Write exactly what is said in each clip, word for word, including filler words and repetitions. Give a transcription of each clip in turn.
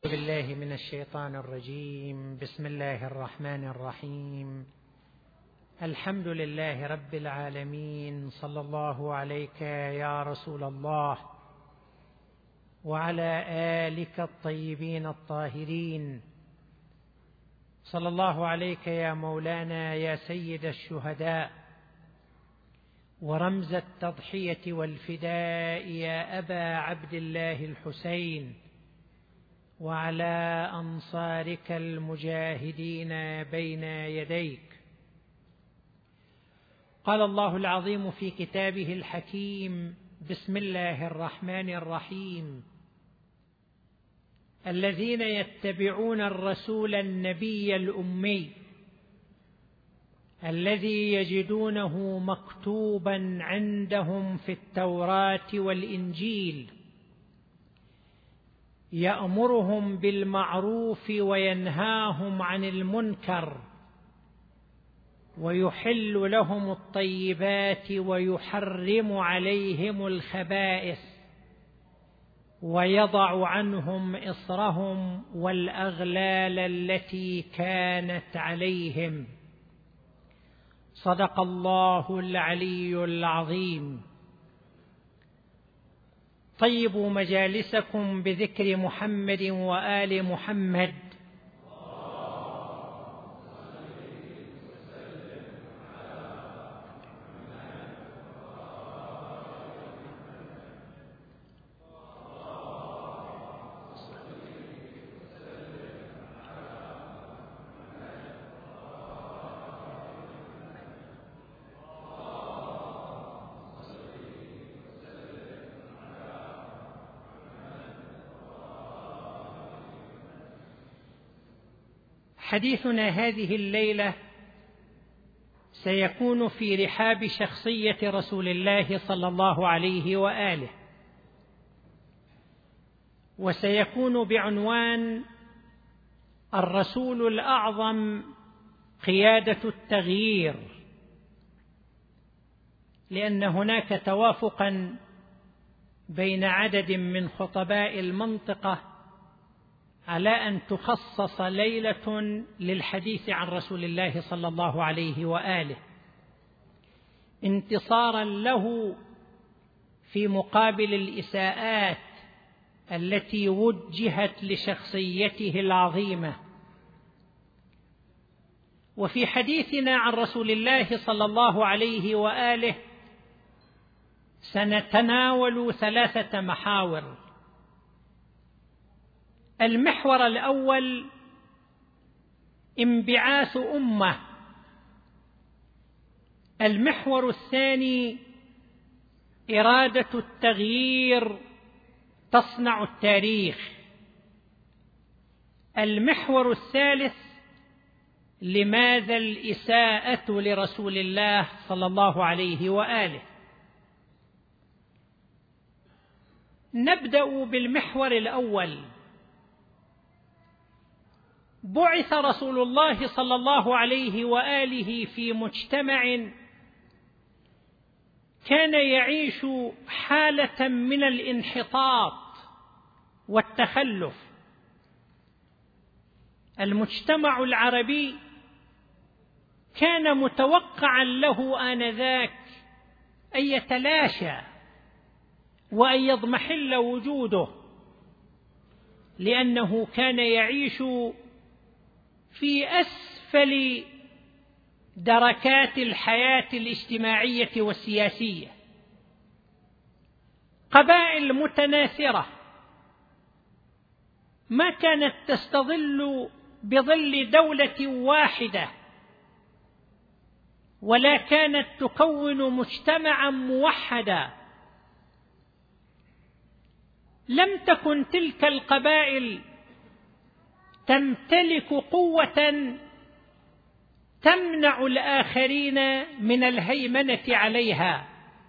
بالله من الشيطان الرجيم. بسم الله الرحمن الرحيم. الحمد لله رب العالمين، صلى الله عليك يا رسول الله وعلى آلك الطيبين الطاهرين. صلى الله عليك يا مولانا يا سيد الشهداء ورمز التضحية والفداء يا أبا عبد الله الحسين، وعلى أنصارك المجاهدين بين يديك. قال الله العظيم في كتابه الحكيم: بسم الله الرحمن الرحيم. الذين يتبعون الرسول النبي الأمي الذي يجدونه مكتوبا عندهم في التوراة والإنجيل، يأمرهم بالمعروف وينهاهم عن المنكر، ويحل لهم الطيبات ويحرم عليهم الخبائث، ويضع عنهم إصرهم والأغلال التي كانت عليهم. صدق الله العلي العظيم. طيبوا مجالسكم بذكر محمد وآل محمد. حديثنا هذه الليلة سيكون في رحاب شخصية رسول الله صلى الله عليه وآله، وسيكون بعنوان الرسول الأعظم قيادة التغيير، لأن هناك توافقا بين عدد من خطباء المنطقة على أن تخصص ليلة للحديث عن رسول الله صلى الله عليه وآله، انتصارا له في مقابل الإساءات التي وجهت لشخصيته العظيمة. وفي حديثنا عن رسول الله صلى الله عليه وآله سنتناول ثلاثة محاور. المحور الأول انبعاث أمة، المحور الثاني إرادة التغيير تصنع التاريخ، المحور الثالث لماذا الإساءة لرسول الله صلى الله عليه وآله. نبدأ بالمحور الأول. بعث رسول الله صلى الله عليه وآله في مجتمع كان يعيش حالة من الانحطاط والتخلف. المجتمع العربي كان متوقعا له آنذاك أن يتلاشى وأن يضمحل وجوده، لأنه كان يعيش في أسفل دركات الحياة الاجتماعية والسياسية. قبائل متناثرة ما كانت تستظل بظل دولة واحدة، ولا كانت تكون مجتمعا موحدا. لم تكن تلك القبائل تمتلك قوة تمنع الآخرين من الهيمنة عليها،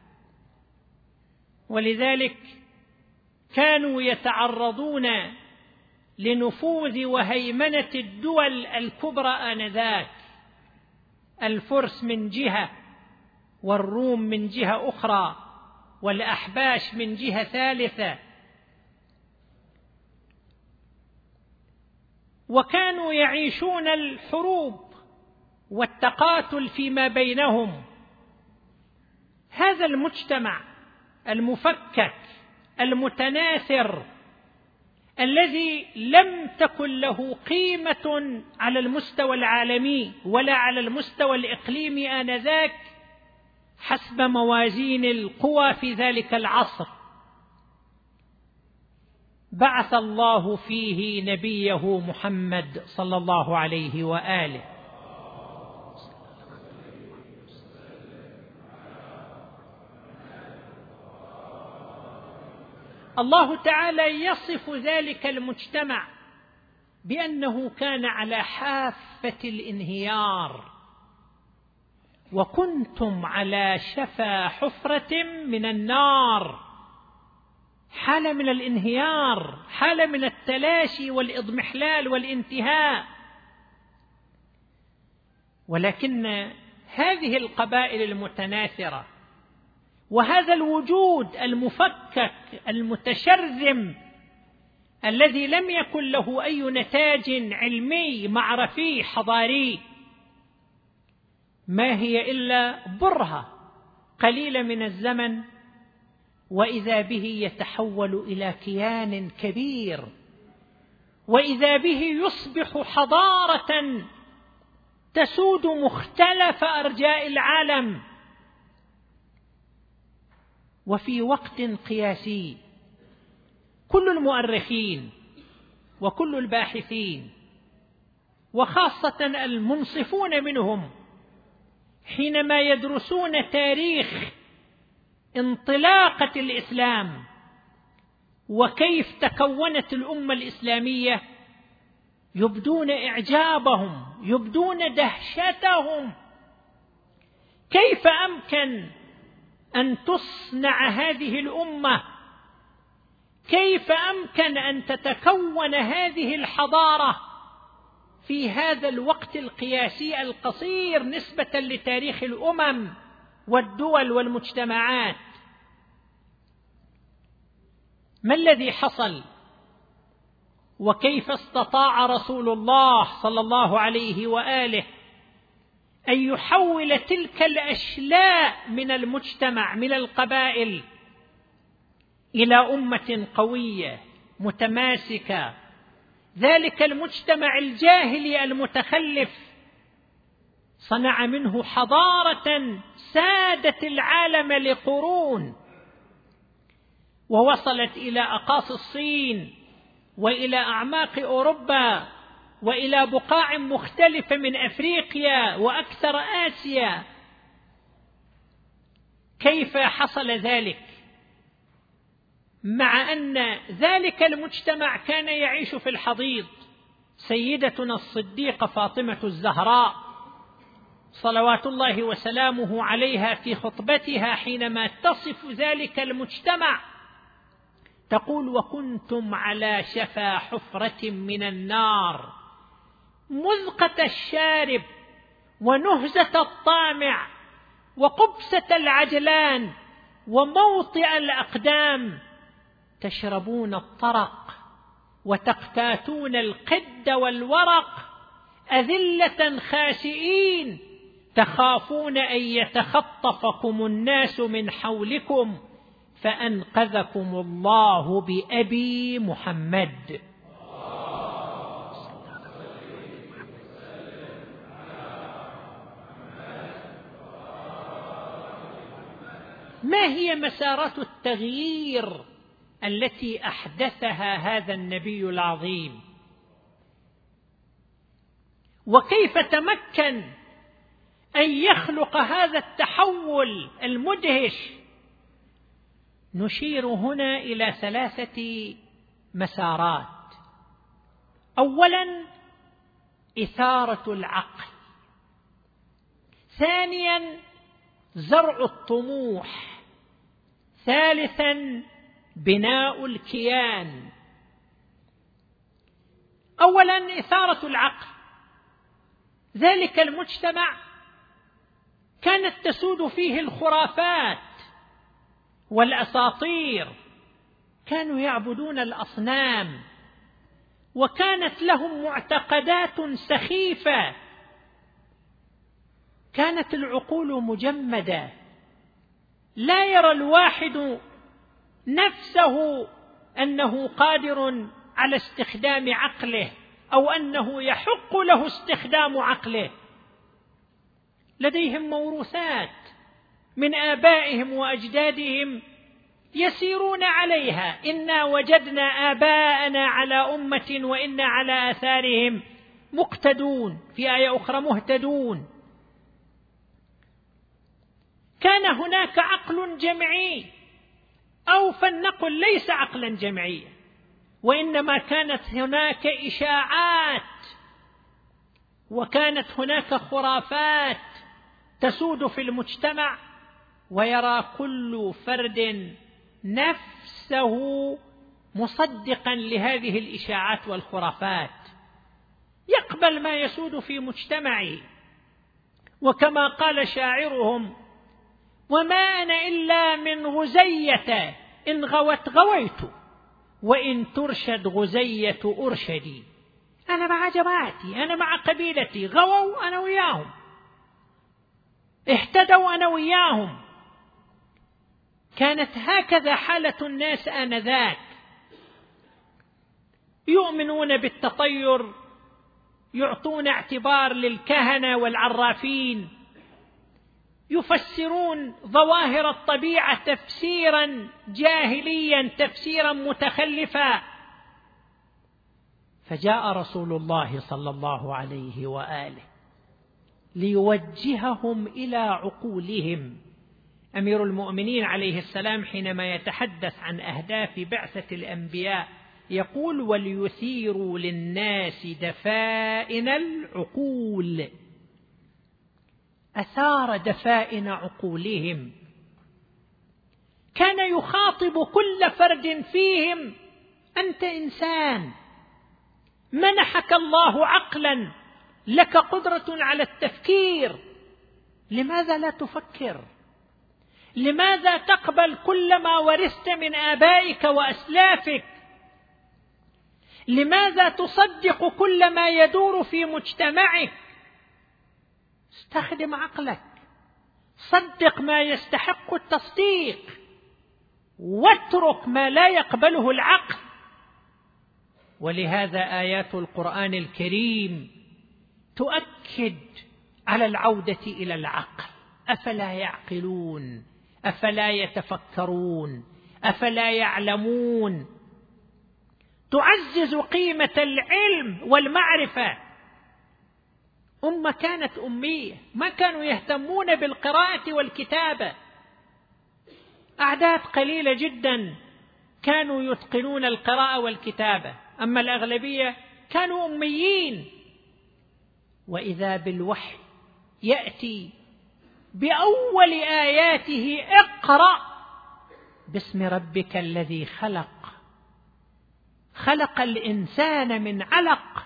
ولذلك كانوا يتعرضون لنفوذ وهيمنة الدول الكبرى آنذاك، الفرس من جهة والروم من جهة أخرى والأحباش من جهة ثالثة. وكانوا يعيشون الحروب والتقاتل فيما بينهم. هذا المجتمع المفكك المتناثر الذي لم تكن له قيمة على المستوى العالمي ولا على المستوى الإقليمي آنذاك حسب موازين القوى في ذلك العصر، بعث الله فيه نبيه محمد صلى الله عليه وآله. الله تعالى يصف ذلك المجتمع بأنه كان على حافة الانهيار، وكنتم على شفا حفرة من النار، حالة من الانهيار، حالة من التلاشي والإضمحلال والانتهاء. ولكن هذه القبائل المتناثرة وهذا الوجود المفكك المتشرذم الذي لم يكن له أي نتاج علمي معرفي حضاري، ما هي إلا برهة قليلة من الزمن وإذا به يتحول إلى كيان كبير، وإذا به يصبح حضارة تسود مختلف أرجاء العالم. وفي وقت قياسي كل المؤرخين وكل الباحثين وخاصة المنصفون منهم حينما يدرسون تاريخ انطلاقة الإسلام وكيف تكونت الأمة الإسلامية يبدون إعجابهم، يبدون دهشتهم. كيف أمكن أن تصنع هذه الأمة؟ كيف أمكن أن تتكون هذه الحضارة في هذا الوقت القياسي القصير نسبة لتاريخ الأمم والدول والمجتمعات؟ ما الذي حصل؟ وكيف استطاع رسول الله صلى الله عليه وآله أن يحول تلك الأشلاء من المجتمع من القبائل إلى أمة قوية متماسكة؟ ذلك المجتمع الجاهلي المتخلف صنع منه حضارة سادت العالم لقرون، ووصلت إلى أقاصي الصين وإلى أعماق أوروبا وإلى بقاع مختلفة من أفريقيا وأكثر آسيا. كيف حصل ذلك مع أن ذلك المجتمع كان يعيش في الحضيض؟ سيدتنا الصديقة فاطمة الزهراء صلوات الله وسلامه عليها في خطبتها حينما تصف ذلك المجتمع تقول: وكنتم على شفا حفرة من النار، مذقة الشارب ونهزة الطامع وقبسة العجلان وموطئ الأقدام، تشربون الطرق وتقتاتون القد والورق، أذلة خاسئين تخافون أن يتخطفكم الناس من حولكم، فأنقذكم الله بأبي محمد. ما هي مسارات التغيير التي أحدثها هذا النبي العظيم؟ وكيف تمكن أن يخلق هذا التحول المدهش؟ نشير هنا إلى ثلاثة مسارات. أولا، إثارة العقل. ثانيا، زرع الطموح. ثالثا، بناء الكيان. أولا، إثارة العقل. ذلك المجتمع كانت تسود فيه الخرافات والأساطير، كانوا يعبدون الأصنام وكانت لهم معتقدات سخيفة، كانت العقول مجمدة، لا يرى الواحد نفسه أنه قادر على استخدام عقله أو أنه يحق له استخدام عقله. لديهم موروثات من آبائهم وأجدادهم يسيرون عليها، إنا وجدنا آباءنا على أمة وإنا على آثارهم مقتدون، في آية أخرى مهتدون. كان هناك عقل جمعي، أو فلنقل ليس عقلا جمعيا، وإنما كانت هناك إشاعات وكانت هناك خرافات تسود في المجتمع، ويرى كل فرد نفسه مصدقا لهذه الإشاعات والخرافات، يقبل ما يسود في مجتمعه. وكما قال شاعرهم: وما أنا إلا من غزية إن غوت غويت وإن ترشد غزية أرشدي. أنا مع جماعتي، أنا مع قبيلتي، غووا أنا وياهم، اهتدوا أنا وياهم. كانت هكذا حالة الناس آنذاك، يؤمنون بالتطير، يعطون اعتبار للكهنة والعرافين، يفسرون ظواهر الطبيعة تفسيرا جاهليا، تفسيرا متخلفا. فجاء رسول الله صلى الله عليه وآله ليوجههم إلى عقولهم. أمير المؤمنين عليه السلام حينما يتحدث عن أهداف بعثة الأنبياء يقول: وليثيروا للناس دفائن العقول. أثار دفائن عقولهم، كان يخاطب كل فرد فيهم: أنت إنسان، منحك الله عقلا، لك قدرة على التفكير، لماذا لا تفكر؟ لماذا تقبل كل ما ورثت من آبائك وأسلافك؟ لماذا تصدق كل ما يدور في مجتمعك؟ استخدم عقلك، صدق ما يستحق التصديق، واترك ما لا يقبله العقل. ولهذا آيات القرآن الكريم تؤكد على العودة إلى العقل. أفلا يعقلون؟ أفلا يتفكرون؟ أفلا يعلمون؟ تعزز قيمة العلم والمعرفة. أمة كانت أمية، ما كانوا يهتمون بالقراءة والكتابة، أعداد قليلة جدا كانوا يتقنون القراءة والكتابة، أما الأغلبية كانوا أميين. وإذا بالوحي يأتي بأول آياته: اقرأ باسم ربك الذي خلق، خلق الإنسان من علق.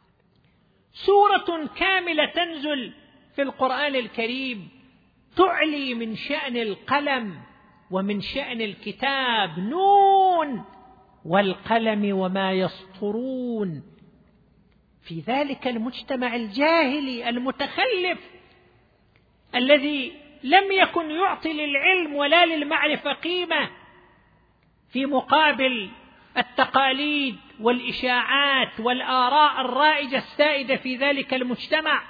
سورة كاملة تنزل في القرآن الكريم تعلي من شأن القلم ومن شأن الكتاب: نون والقلم وما يسطرون. في ذلك المجتمع الجاهلي المتخلف الذي لم يكن يعطي للعلم ولا للمعرفة قيمة، في مقابل التقاليد والإشاعات والآراء الرائجة السائدة في ذلك المجتمع.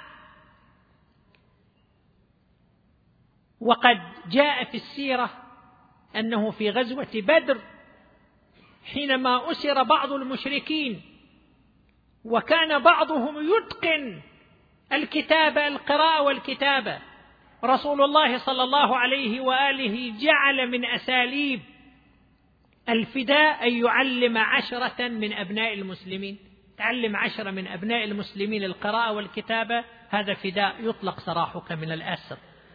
وقد جاء في السيرة أنه في غزوة بدر حينما أسر بعض المشركين وكان بعضهم يتقن الكتابة، القراءة والكتابة، رسول الله صلى الله عليه وآله جعل من أساليب الفداء أن يعلم عشرة من أبناء المسلمين. تعلم عشرة من أبناء المسلمين القراءة والكتابة، هذا فداء يطلق سراحك من الأسر.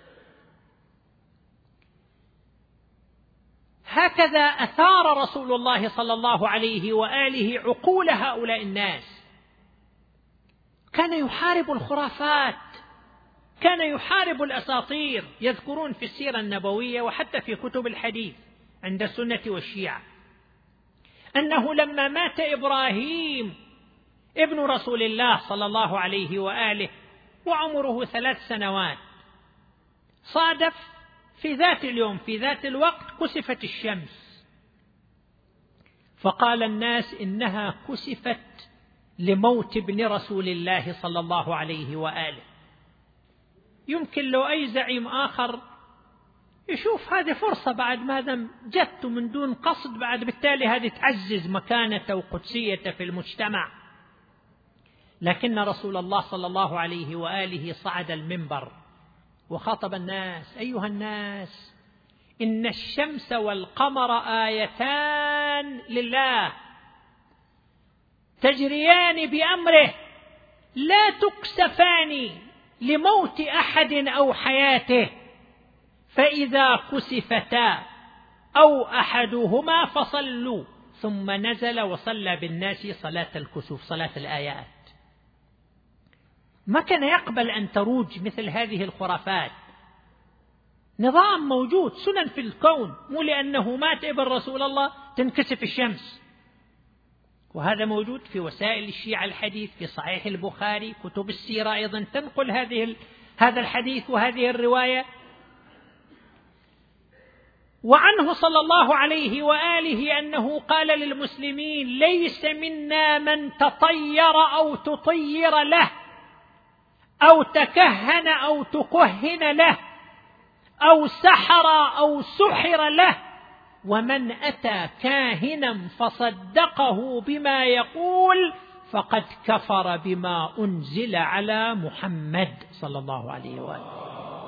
هكذا أثار رسول الله صلى الله عليه وآله عقول هؤلاء الناس. كان يحارب الخرافات، كان يحارب الأساطير. يذكرون في السيرة النبوية وحتى في كتب الحديث عند السنة والشيعة أنه لما مات إبراهيم ابن رسول الله صلى الله عليه وآله وعمره ثلاث سنوات. صادف في ذات اليوم في ذات الوقت كسفت الشمس، فقال الناس إنها كسفت لموت ابن رسول الله صلى الله عليه وآله. يمكن لو أي زعيم آخر يشوف هذه فرصة بعد ما دام جت من دون قصد، بعد بالتالي هذه تعزز مكانته وقدسيته في المجتمع. لكن رسول الله صلى الله عليه وآله صعد المنبر وخاطب الناس: أيها الناس، إن الشمس والقمر آيتان لله تجريان بأمره لا تكسفان لموت أحد أو حياته، فإذا كسفتا أو أحدهما فصلوا. ثم نزل وصلى بالناس صلاة الكسوف، صلاة الآيات. ما كان يقبل أن تروج مثل هذه الخرافات. نظام موجود، سنن في الكون، مو لأنه مات ابن رسول الله تنكسف الشمس. وهذا موجود في وسائل الشيعة الحديث، في صحيح البخاري، كتب السيرة أيضا تنقل هذه هذا الحديث وهذه الرواية. وعنه صلى الله عليه وآله أنه قال للمسلمين: ليس منا من تطير أو تطير له أو تكهن أو تكهن له أو سحر أو سحر له، ومن أتى كاهنا فصدقه بما يقول فقد كفر بما أنزل على محمد صلى الله عليه وآله.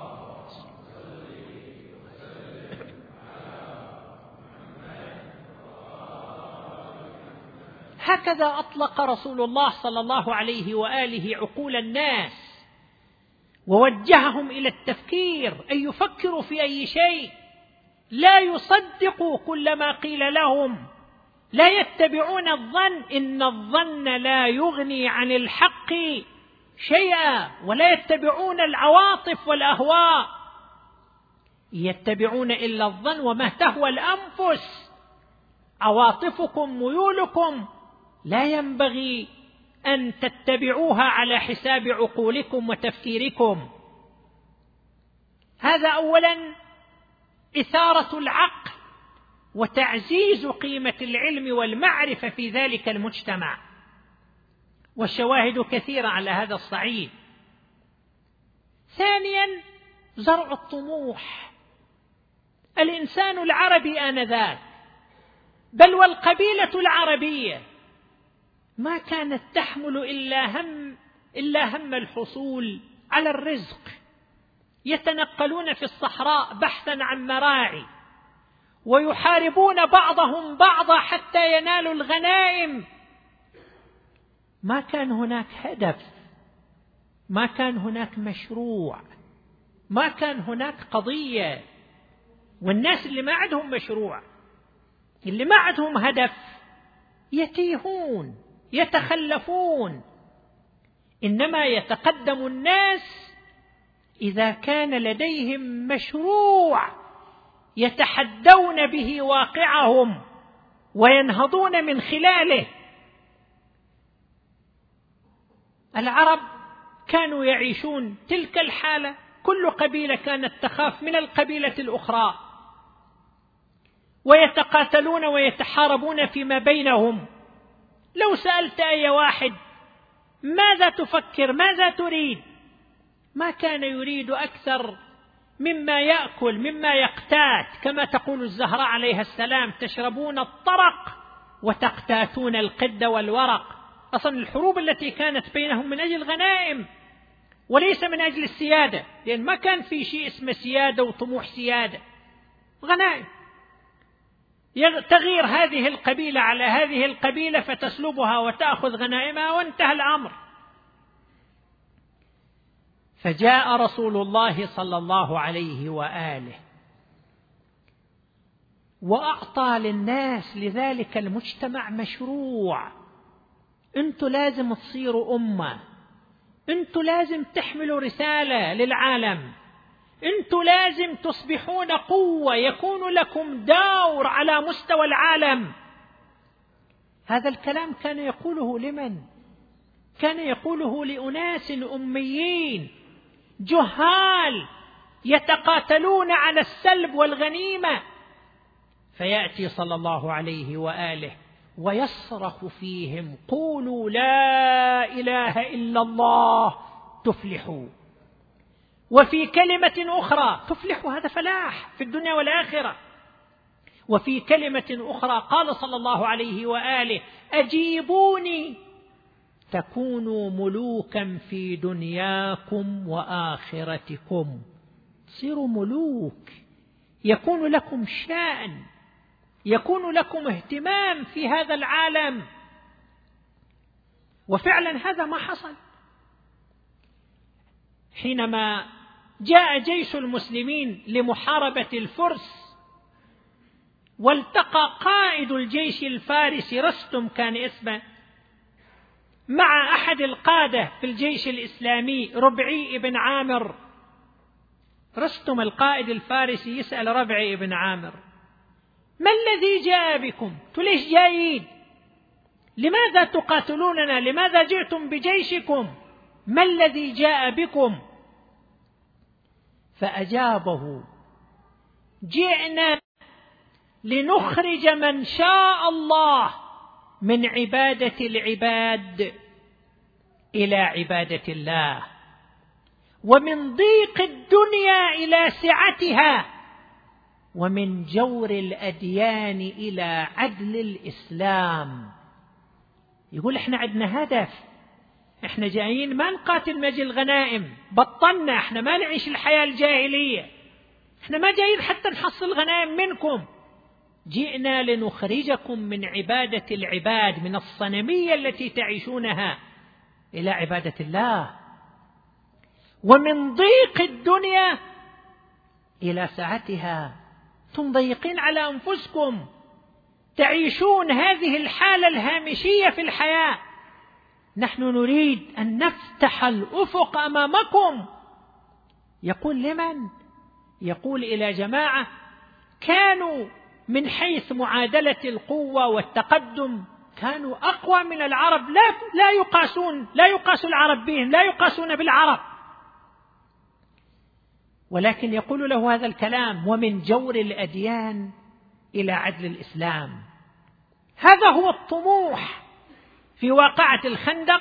هكذا أطلق رسول الله صلى الله عليه وآله عقول الناس ووجههم إلى التفكير، أن يفكروا في أي شيء، لا يصدقوا كل ما قيل لهم، لا يتبعون الظن، إن الظن لا يغني عن الحق شيئا، ولا يتبعون العواطف والأهواء، يتبعون إلا الظن وما تهوى الأنفس. عواطفكم ميولكم لا ينبغي أن تتبعوها على حساب عقولكم وتفكيركم. هذا أولا إثارة العقل وتعزيز قيمة العلم والمعرفة في ذلك المجتمع، والشواهد كثيرة على هذا الصعيد. ثانيا زرع الطموح. الإنسان العربي آنذاك، بل والقبيلة العربية، ما كانت تحمل إلا هم إلا هم الحصول على الرزق. يتنقلون في الصحراء بحثا عن مراعي، ويحاربون بعضهم بعضا حتى ينالوا الغنائم. ما كان هناك هدف، ما كان هناك مشروع، ما كان هناك قضية. والناس اللي ما عندهم مشروع، اللي ما عندهم هدف، يتيهون يتخلفون. إنما يتقدم الناس إذا كان لديهم مشروع يتحدون به واقعهم وينهضون من خلاله. العرب كانوا يعيشون تلك الحالة، كل قبيلة كانت تخاف من القبيلة الأخرى، ويتقاتلون ويتحاربون فيما بينهم. لو سألت أي واحد ماذا تفكر، ماذا تريد، ما كان يريد أكثر مما يأكل، مما يقتات، كما تقول الزهراء عليها السلام: تشربون الطرق وتقتاتون القد والورق. أصلا الحروب التي كانت بينهم من أجل غنائم وليس من أجل السيادة، لأن ما كان في شيء اسمه سيادة وطموح سيادة، غنائم. تغير هذه القبيلة على هذه القبيلة فتسلبها وتأخذ غنائمها وانتهى الأمر. فجاء رسول الله صلى الله عليه وآله وأعطى للناس لذلك المجتمع مشروع. أنتوا لازم تصيروا أمة، أنتوا لازم تحملوا رسالة للعالم، أنتوا لازم تصبحون قوة، يكون لكم دور على مستوى العالم. هذا الكلام كان يقوله لمن؟ كان يقوله لأناس أميين جهال يتقاتلون على السلب والغنيمة، فيأتي صلى الله عليه وآله ويصرخ فيهم: قولوا لا إله إلا الله تفلحوا. وفي كلمة أخرى تفلحوا، هذا فلاح في الدنيا والآخرة. وفي كلمة أخرى قال صلى الله عليه وآله: أجيبوني تكونوا ملوكا في دنياكم وآخرتكم، تصيروا ملوك، يكون لكم شأن، يكون لكم اهتمام في هذا العالم. وفعلا هذا ما حصل. حينما جاء جيش المسلمين لمحاربة الفرس، والتقى قائد الجيش الفارسي رستم كان اسمه مع أحد القادة في الجيش الإسلامي ربعي بن عامر. رستم القائد الفارسي يسأل ربعي بن عامر: ما الذي جاء بكم؟ ليش جايين؟ لماذا تقاتلوننا؟ لماذا جئتم بجيشكم؟ ما الذي جاء بكم؟ فأجابه: جئنا لنخرج من شاء الله من عبادة العباد إلى عبادة الله، ومن ضيق الدنيا إلى سعتها، ومن جور الأديان إلى عدل الإسلام. يقول احنا عندنا هدف، احنا جايين ما نقاتل مجي الغنائم، بطلنا، احنا ما نعيش الحياة الجاهلية، احنا ما جايين حتى نحصل غنائم منكم، جئنا لنخرجكم من عبادة العباد، من الصنمية التي تعيشونها، إلى عبادة الله، ومن ضيق الدنيا إلى سعتها. أنتم ضيقين على أنفسكم، تعيشون هذه الحالة الهامشية في الحياة، نحن نريد أن نفتح الأفق أمامكم. يقول لمن؟ يقول إلى جماعة كانوا من حيث معادلة القوة والتقدم كانوا أقوى من العرب، لا لا يقاسون لا يقاس العرب بهم، لا يقاسون بالعرب، ولكن يقول له هذا الكلام: ومن جور الأديان إلى عدل الإسلام. هذا هو الطموح. في واقعة الخندق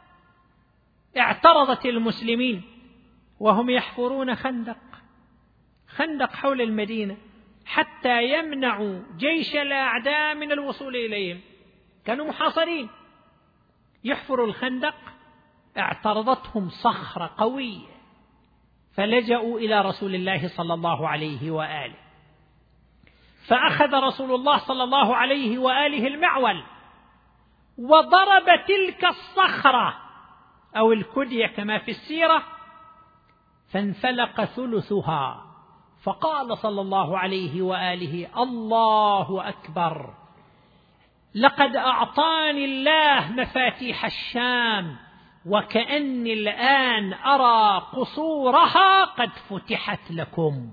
اعترضت المسلمين وهم يحفرون خندق خندق حول المدينة حتى يمنعوا جيش الأعداء من الوصول إليهم، كانوا محاصرين، يحفروا الخندق، اعترضتهم صخرة قوية، فلجأوا إلى رسول الله صلى الله عليه وآله، فأخذ رسول الله صلى الله عليه وآله المعول وضرب تلك الصخرة أو الكدية كما في السيرة، فانفلق ثلثها، فقال صلى الله عليه وآله: الله أكبر، لقد أعطاني الله مفاتيح الشام، وكأني الآن أرى قصورها قد فتحت لكم.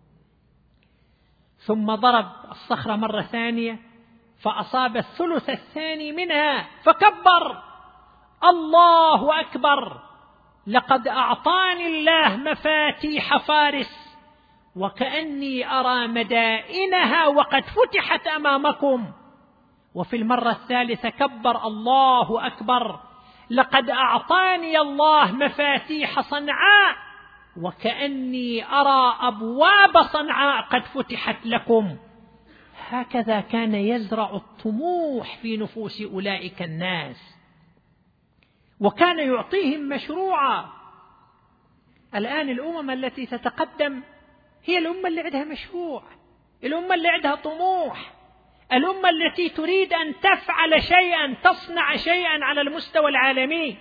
ثم ضرب الصخرة مرة ثانية فأصاب الثلث الثاني منها، فكبر: الله أكبر، لقد أعطاني الله مفاتيح فارس، وكأني أرى مدائنها وقد فتحت أمامكم. وفي المرة الثالثة كبر: الله أكبر، لقد أعطاني الله مفاتيح صنعاء، وكأني أرى أبواب صنعاء قد فتحت لكم. هكذا كان يزرع الطموح في نفوس أولئك الناس، وكان يعطيهم مشروعا. الآن الأمم التي تتقدم هي الأمة اللي عندها مشروع، الأمة اللي عندها طموح، الأمة التي تريد أن تفعل شيئا، تصنع شيئا على المستوى العالمي.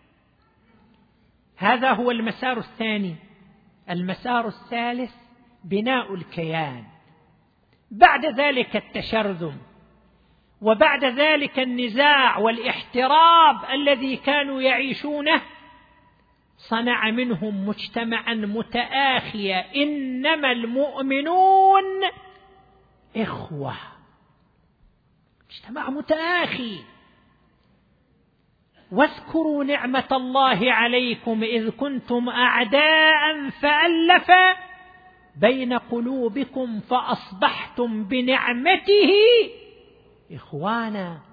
هذا هو المسار الثاني. المسار الثالث بناء الكيان، بعد ذلك التشرذم، وبعد ذلك النزاع والاحتراب الذي كانوا يعيشونه، صنع منهم مجتمعا متآخيا. إنما المؤمنون إخوة، مجتمع متآخي. واذكروا نعمة الله عليكم إذ كنتم أعداء فألف بين قلوبكم فأصبحتم بنعمته إخوانا.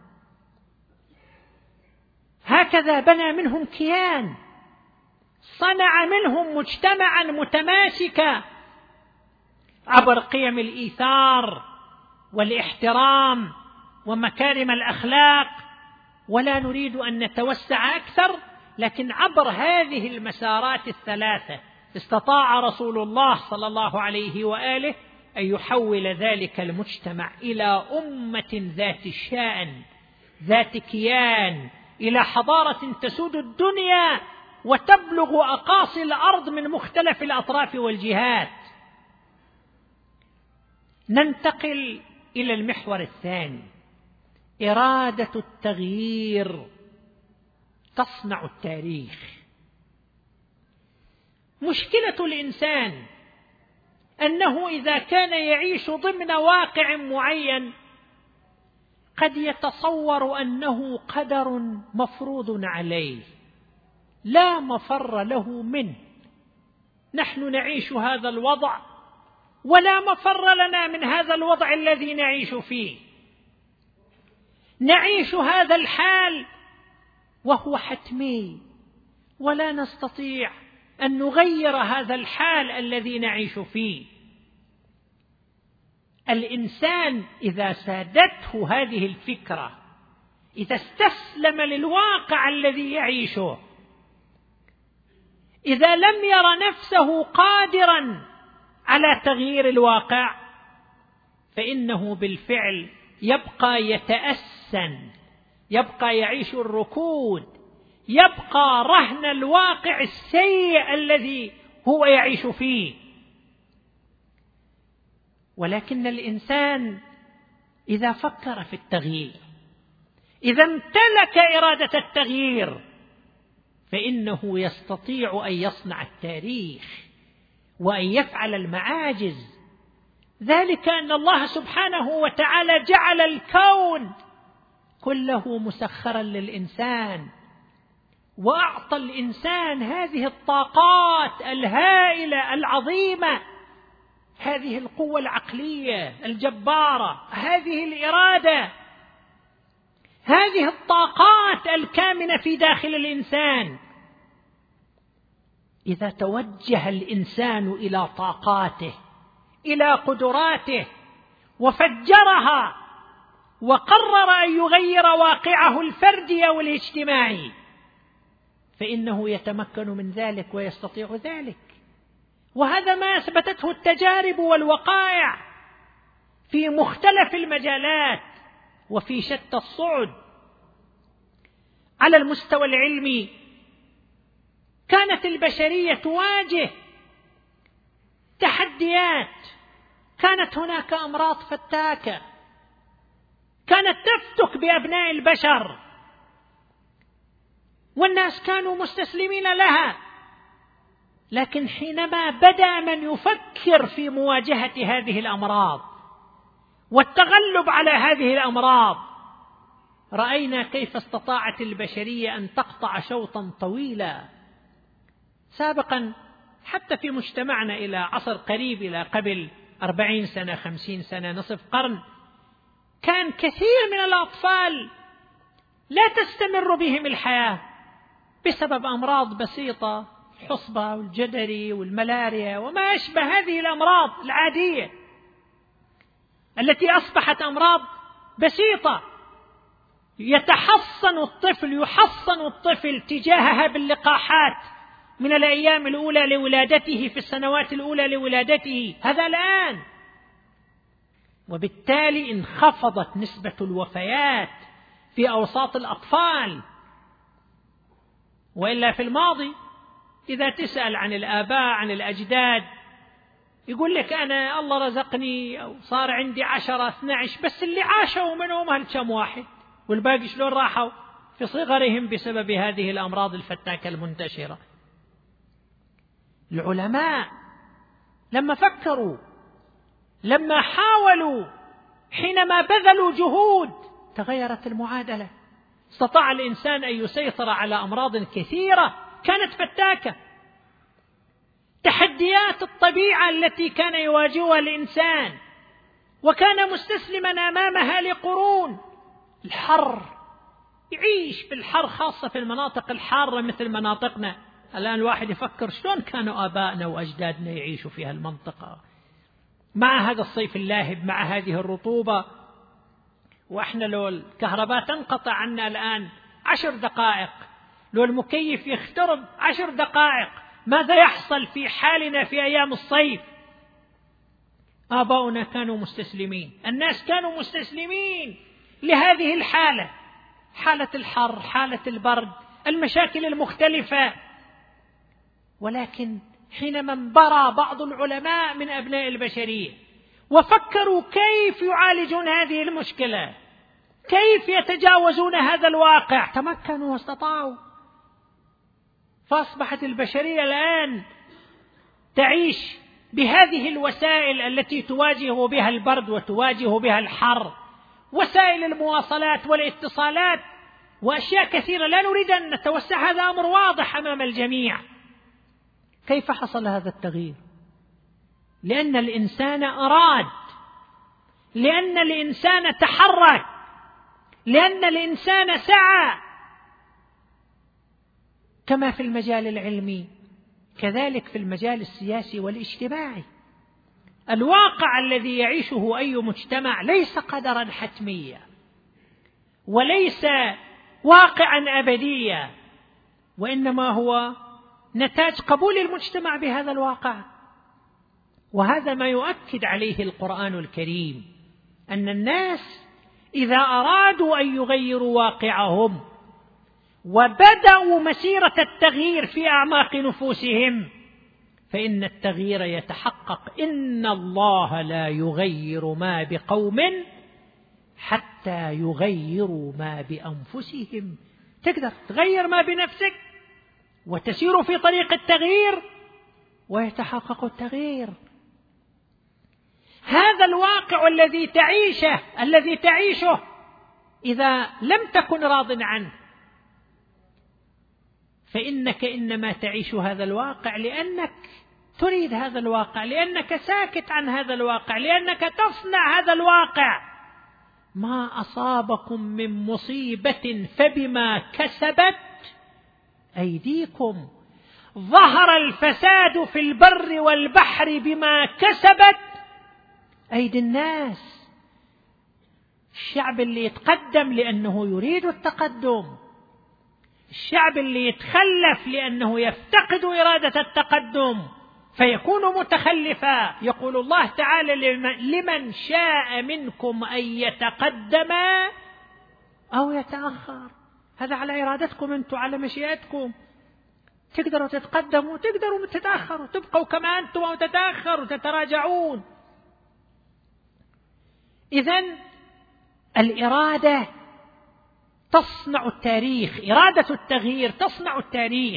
هكذا بنى منهم كيان، صنع منهم مجتمعا متماسكا عبر قيم الإيثار والاحترام ومكارم الأخلاق. ولا نريد أن نتوسع أكثر، لكن عبر هذه المسارات الثلاثة استطاع رسول الله صلى الله عليه وآله أن يحول ذلك المجتمع إلى أمة ذات شأن ذات كيان، إلى حضارة تسود الدنيا وتبلغ أقاصي الأرض من مختلف الأطراف والجهات. ننتقل إلى المحور الثاني، إرادة التغيير تصنع التاريخ. مشكلة الإنسان أنه إذا كان يعيش ضمن واقع معين قد يتصور أنه قدر مفروض عليه لا مفر له منه. نحن نعيش هذا الوضع ولا مفر لنا من هذا الوضع الذي نعيش فيه، نعيش هذا الحال وهو حتمي، ولا نستطيع أن نغير هذا الحال الذي نعيش فيه. الإنسان إذا سادته هذه الفكرة، إذا استسلم للواقع الذي يعيشه، إذا لم ير نفسه قادرا على تغيير الواقع، فإنه بالفعل يبقى يتأسن، يبقى يعيش الركود، يبقى رهن الواقع السيء الذي هو يعيش فيه. ولكن الإنسان إذا فكر في التغيير، إذا امتلك إرادة التغيير، فإنه يستطيع أن يصنع التاريخ وأن يفعل المعاجز. ذلك أن الله سبحانه وتعالى جعل الكون كله مسخرا للإنسان، وأعطى الإنسان هذه الطاقات الهائلة العظيمة، هذه القوة العقلية الجبارة، هذه الإرادة، هذه الطاقات الكامنة في داخل الإنسان. إذا توجه الإنسان إلى طاقاته، إلى قدراته، وفجرها وقرر أن يغير واقعه الفردي والاجتماعي، فإنه يتمكن من ذلك ويستطيع ذلك. وهذا ما أثبتته التجارب والوقائع في مختلف المجالات وفي شتى الصعد. على المستوى العلمي كانت البشرية تواجه تحديات، كانت هناك أمراض فتاكة كانت تفتك بأبناء البشر، والناس كانوا مستسلمين لها. لكن حينما بدأ من يفكر في مواجهة هذه الأمراض والتغلب على هذه الأمراض، رأينا كيف استطاعت البشرية أن تقطع شوطا طويلا. سابقا حتى في مجتمعنا إلى عصر قريب، إلى قبل أربعين سنة خمسين سنة نصف قرن، كان كثير من الأطفال لا تستمر بهم الحياة بسبب أمراض بسيطة، الحصبة والجدري والملاريا وما أشبه هذه الأمراض العادية التي أصبحت أمراض بسيطة. يتحصن الطفل يحصن الطفل تجاهها باللقاحات من الأيام الأولى لولادته، في السنوات الأولى لولادته، هذا الآن. وبالتالي انخفضت نسبة الوفيات في أوساط الأطفال. وإلا في الماضي إذا تسأل عن الآباء عن الأجداد يقول لك أنا الله رزقني أو صار عندي عشرة اثنى عشر، بس اللي عاشوا منهم هل كم واحد، والباقي شلون راحوا في صغرهم بسبب هذه الأمراض الفتاكة المنتشرة. العلماء لما فكروا، لما حاولوا، حينما بذلوا جهود، تغيرت المعادلة. استطاع الإنسان أن يسيطر على أمراض كثيرة كانت فتاكة. تحديات الطبيعة التي كان يواجهها الإنسان وكان مستسلما أمامها لقرون. الحر، يعيش في الحر خاصة في المناطق الحارة مثل مناطقنا. الآن الواحد يفكر شلون كانوا آبائنا وأجدادنا يعيشوا في هالمنطقة مع هذا الصيف اللاهب، مع هذه الرطوبة. وإحنا لو الكهرباء تنقطع عنا الآن عشر دقائق، لو المكيف يخترب عشر دقائق، ماذا يحصل في حالنا في أيام الصيف؟ آباؤنا كانوا مستسلمين، الناس كانوا مستسلمين لهذه الحالة، حالة الحر، حالة البرد، المشاكل المختلفة. ولكن حينما انبرى بعض العلماء من أبناء البشرية وفكروا كيف يعالجون هذه المشكلة، كيف يتجاوزون هذا الواقع، تمكنوا واستطاعوا. فأصبحت البشرية الآن تعيش بهذه الوسائل التي تواجه بها البرد وتواجه بها الحر، وسائل المواصلات والاتصالات وأشياء كثيرة لا نريد أن نتوسع، هذا أمر واضح أمام الجميع. كيف حصل هذا التغيير؟ لأن الإنسان أراد، لأن الإنسان تحرك، لأن الإنسان سعى. كما في المجال العلمي كذلك في المجال السياسي والاجتماعي. الواقع الذي يعيشه أي مجتمع ليس قدرا حتميا وليس واقعا أبديا، وإنما هو نتاج قبول المجتمع بهذا الواقع. وهذا ما يؤكد عليه القرآن الكريم، أن الناس إذا أرادوا أن يغيروا واقعهم وبدأوا مسيرة التغيير في أعماق نفوسهم فإن التغيير يتحقق. إن الله لا يغير ما بقوم حتى يغيروا ما بأنفسهم. تقدر تغير ما بنفسك وتسير في طريق التغيير ويتحقق التغيير. هذا الواقع الذي تعيشه الذي تعيشه إذا لم تكن راض عنه فإنك إنما تعيش هذا الواقع لأنك تريد هذا الواقع، لأنك ساكت عن هذا الواقع، لأنك تصنع هذا الواقع. ما أصابكم من مصيبة فبما كسبت أيديكم، ظهر الفساد في البر والبحر بما كسبت أيدي الناس. الشعب اللي يتقدم لأنه يريد التقدم، الشعب اللي يتخلف لأنه يفتقد إرادة التقدم فيكون متخلفا. يقول الله تعالى لمن شاء منكم أن يتقدم أو يتأخر. هذا على إرادتكم أنتم، على مشيئتكم. تقدروا تتقدموا، تقدروا تتأخروا، تبقوا كما أنتم أو تتأخروا، تتراجعون. إذن الإرادة تصنع التاريخ، إرادة التغيير تصنع التاريخ.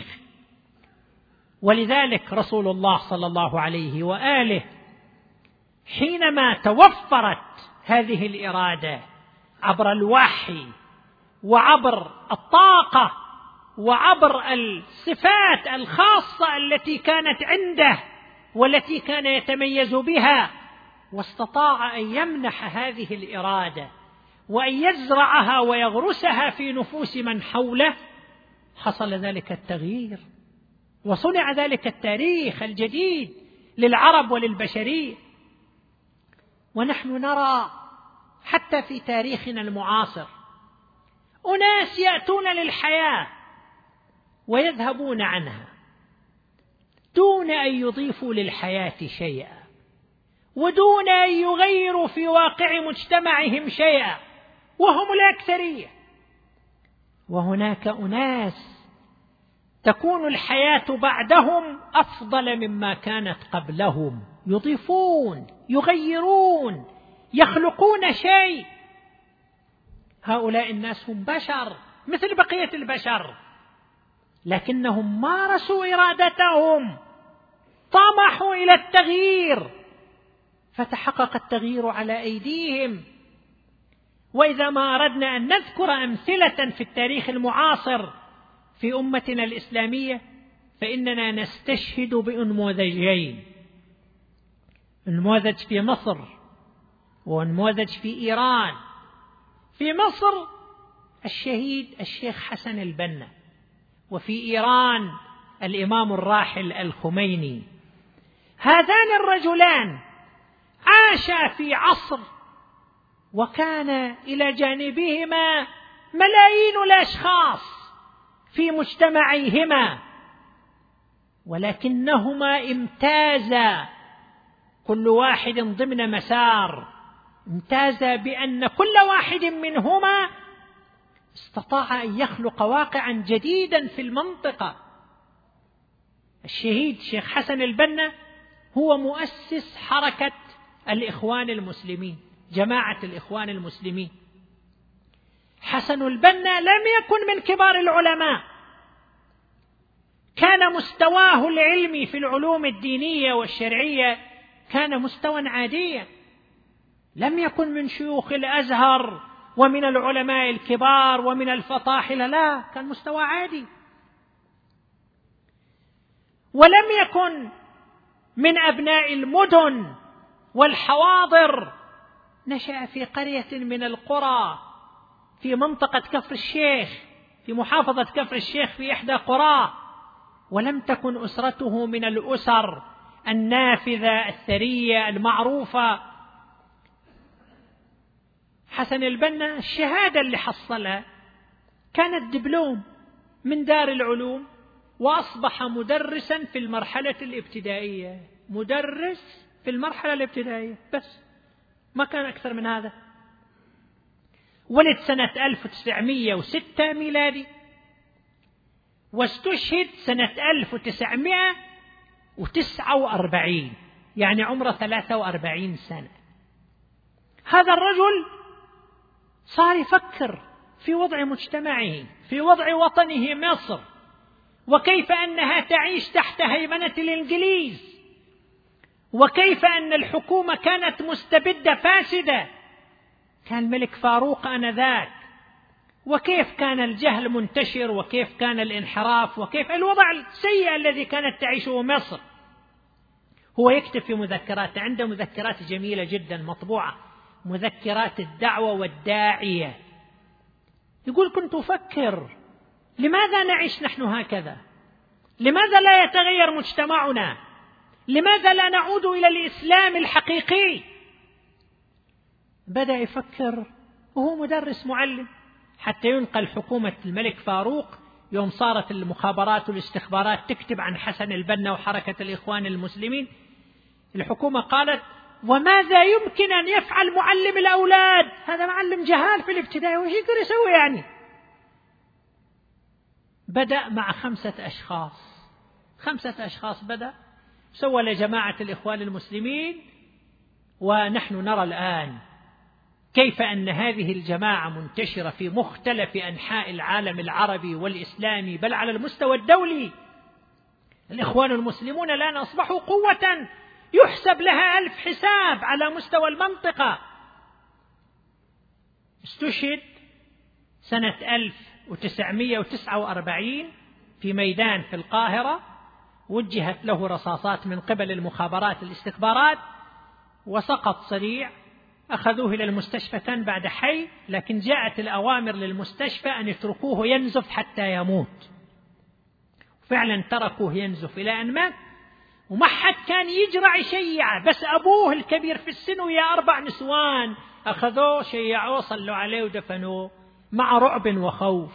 ولذلك رسول الله صلى الله عليه وآله حينما توفرت هذه الإرادة عبر الوحي وعبر الطاقة وعبر الصفات الخاصة التي كانت عنده والتي كان يتميز بها، واستطاع أن يمنح هذه الإرادة وأن يزرعها ويغرسها في نفوس من حوله، حصل ذلك التغيير وصنع ذلك التاريخ الجديد للعرب وللبشرية. ونحن نرى حتى في تاريخنا المعاصر أناس يأتون للحياة ويذهبون عنها دون أن يضيفوا للحياة شيئا ودون أن يغيروا في واقع مجتمعهم شيئا، وهم الأكثرية. وهناك أناس تكون الحياة بعدهم أفضل مما كانت قبلهم، يضيفون، يغيرون، يخلقون شيء. هؤلاء الناس هم بشر مثل بقية البشر، لكنهم مارسوا إرادتهم، طمحوا إلى التغيير فتحقق التغيير على أيديهم. وإذا ما أردنا أن نذكر أمثلة في التاريخ المعاصر في أمتنا الإسلامية فإننا نستشهد بأنموذجين: نموذج في مصر ونموذج في إيران. في مصر الشهيد الشيخ حسن البنا، وفي إيران الإمام الراحل الخميني. هذان الرجلان عاشا في عصر وكان إلى جانبهما ملايين الأشخاص في مجتمعيهما، ولكنهما امتازا كل واحد ضمن مسار، امتاز بأن كل واحد منهما استطاع أن يخلق واقعا جديدا في المنطقة. الشهيد شيخ حسن البنا هو مؤسس حركة الإخوان المسلمين، جماعة الإخوان المسلمين. حسن البنا لم يكن من كبار العلماء، كان مستواه العلمي في العلوم الدينية والشرعية كان مستوى عاديا، لم يكن من شيوخ الأزهر ومن العلماء الكبار ومن الفطاحلة، لا، كان مستوى عادي. ولم يكن من أبناء المدن والحواضر، نشأ في قرية من القرى في منطقة كفر الشيخ، في محافظة كفر الشيخ في إحدى قرى، ولم تكن أسرته من الأسر النافذة الثرية المعروفة. حسن البنا الشهادة اللي حصلها كانت دبلوم من دار العلوم، وأصبح مدرسا في المرحلة الابتدائية، مدرس في المرحلة الابتدائية بس، ما كان أكثر من هذا. ولد سنة ألف وتسعمائة وستة ميلادي، واستشهد سنة ألف وتسعمائة وتسعة وأربعين، يعني عمره ثلاثة وأربعين سنة. هذا الرجل صار يفكر في وضع مجتمعه، في وضع وطنه مصر، وكيف أنها تعيش تحت هيمنة الإنجليز، وكيف أن الحكومة كانت مستبدة فاسدة، كان ملك فاروق آنذاك، وكيف كان الجهل منتشر، وكيف كان الانحراف، وكيف الوضع السيء الذي كانت تعيشه مصر. هو يكتب في مذكراته، عنده مذكرات جميلة جدا مطبوعة، مذكرات الدعوة والداعية. يقول: كنت أفكر لماذا نعيش نحن هكذا؟ لماذا لا يتغير مجتمعنا؟ لماذا لا نعود إلى الإسلام الحقيقي؟ بدأ يفكر وهو مدرس معلم، حتى ينقل حكومة الملك فاروق يوم صارت المخابرات والاستخبارات تكتب عن حسن البنا وحركة الإخوان المسلمين، الحكومة قالت: وماذا يمكن أن يفعل معلم الأولاد؟ هذا معلم جهال في الابتدائي، وش يقدر يسوي يعني؟ بدأ مع خمسة أشخاص، خمسة أشخاص بدأ، سوى لجماعة الإخوان المسلمين. ونحن نرى الآن كيف أن هذه الجماعة منتشرة في مختلف أنحاء العالم العربي والإسلامي، بل على المستوى الدولي. الإخوان المسلمون الآن أصبحوا قوة يحسب لها ألف حساب على مستوى المنطقة. استشهد سنة ألف وتسعمائة وتسعة وأربعين في ميدان في القاهرة، وجهت له رصاصات من قبل المخابرات الاستخبارات، وسقط صريع. أخذوه إلى المستشفى، كان بعد حي، لكن جاءت الأوامر للمستشفى أن يتركوه ينزف حتى يموت. فعلا تركوه ينزف إلى أن مات، وما حد كان يجرع يشيعه، بس أبوه الكبير في السن ويا أربع نسوان أخذوه شيعوه صلوا عليه ودفنوه مع رعب وخوف.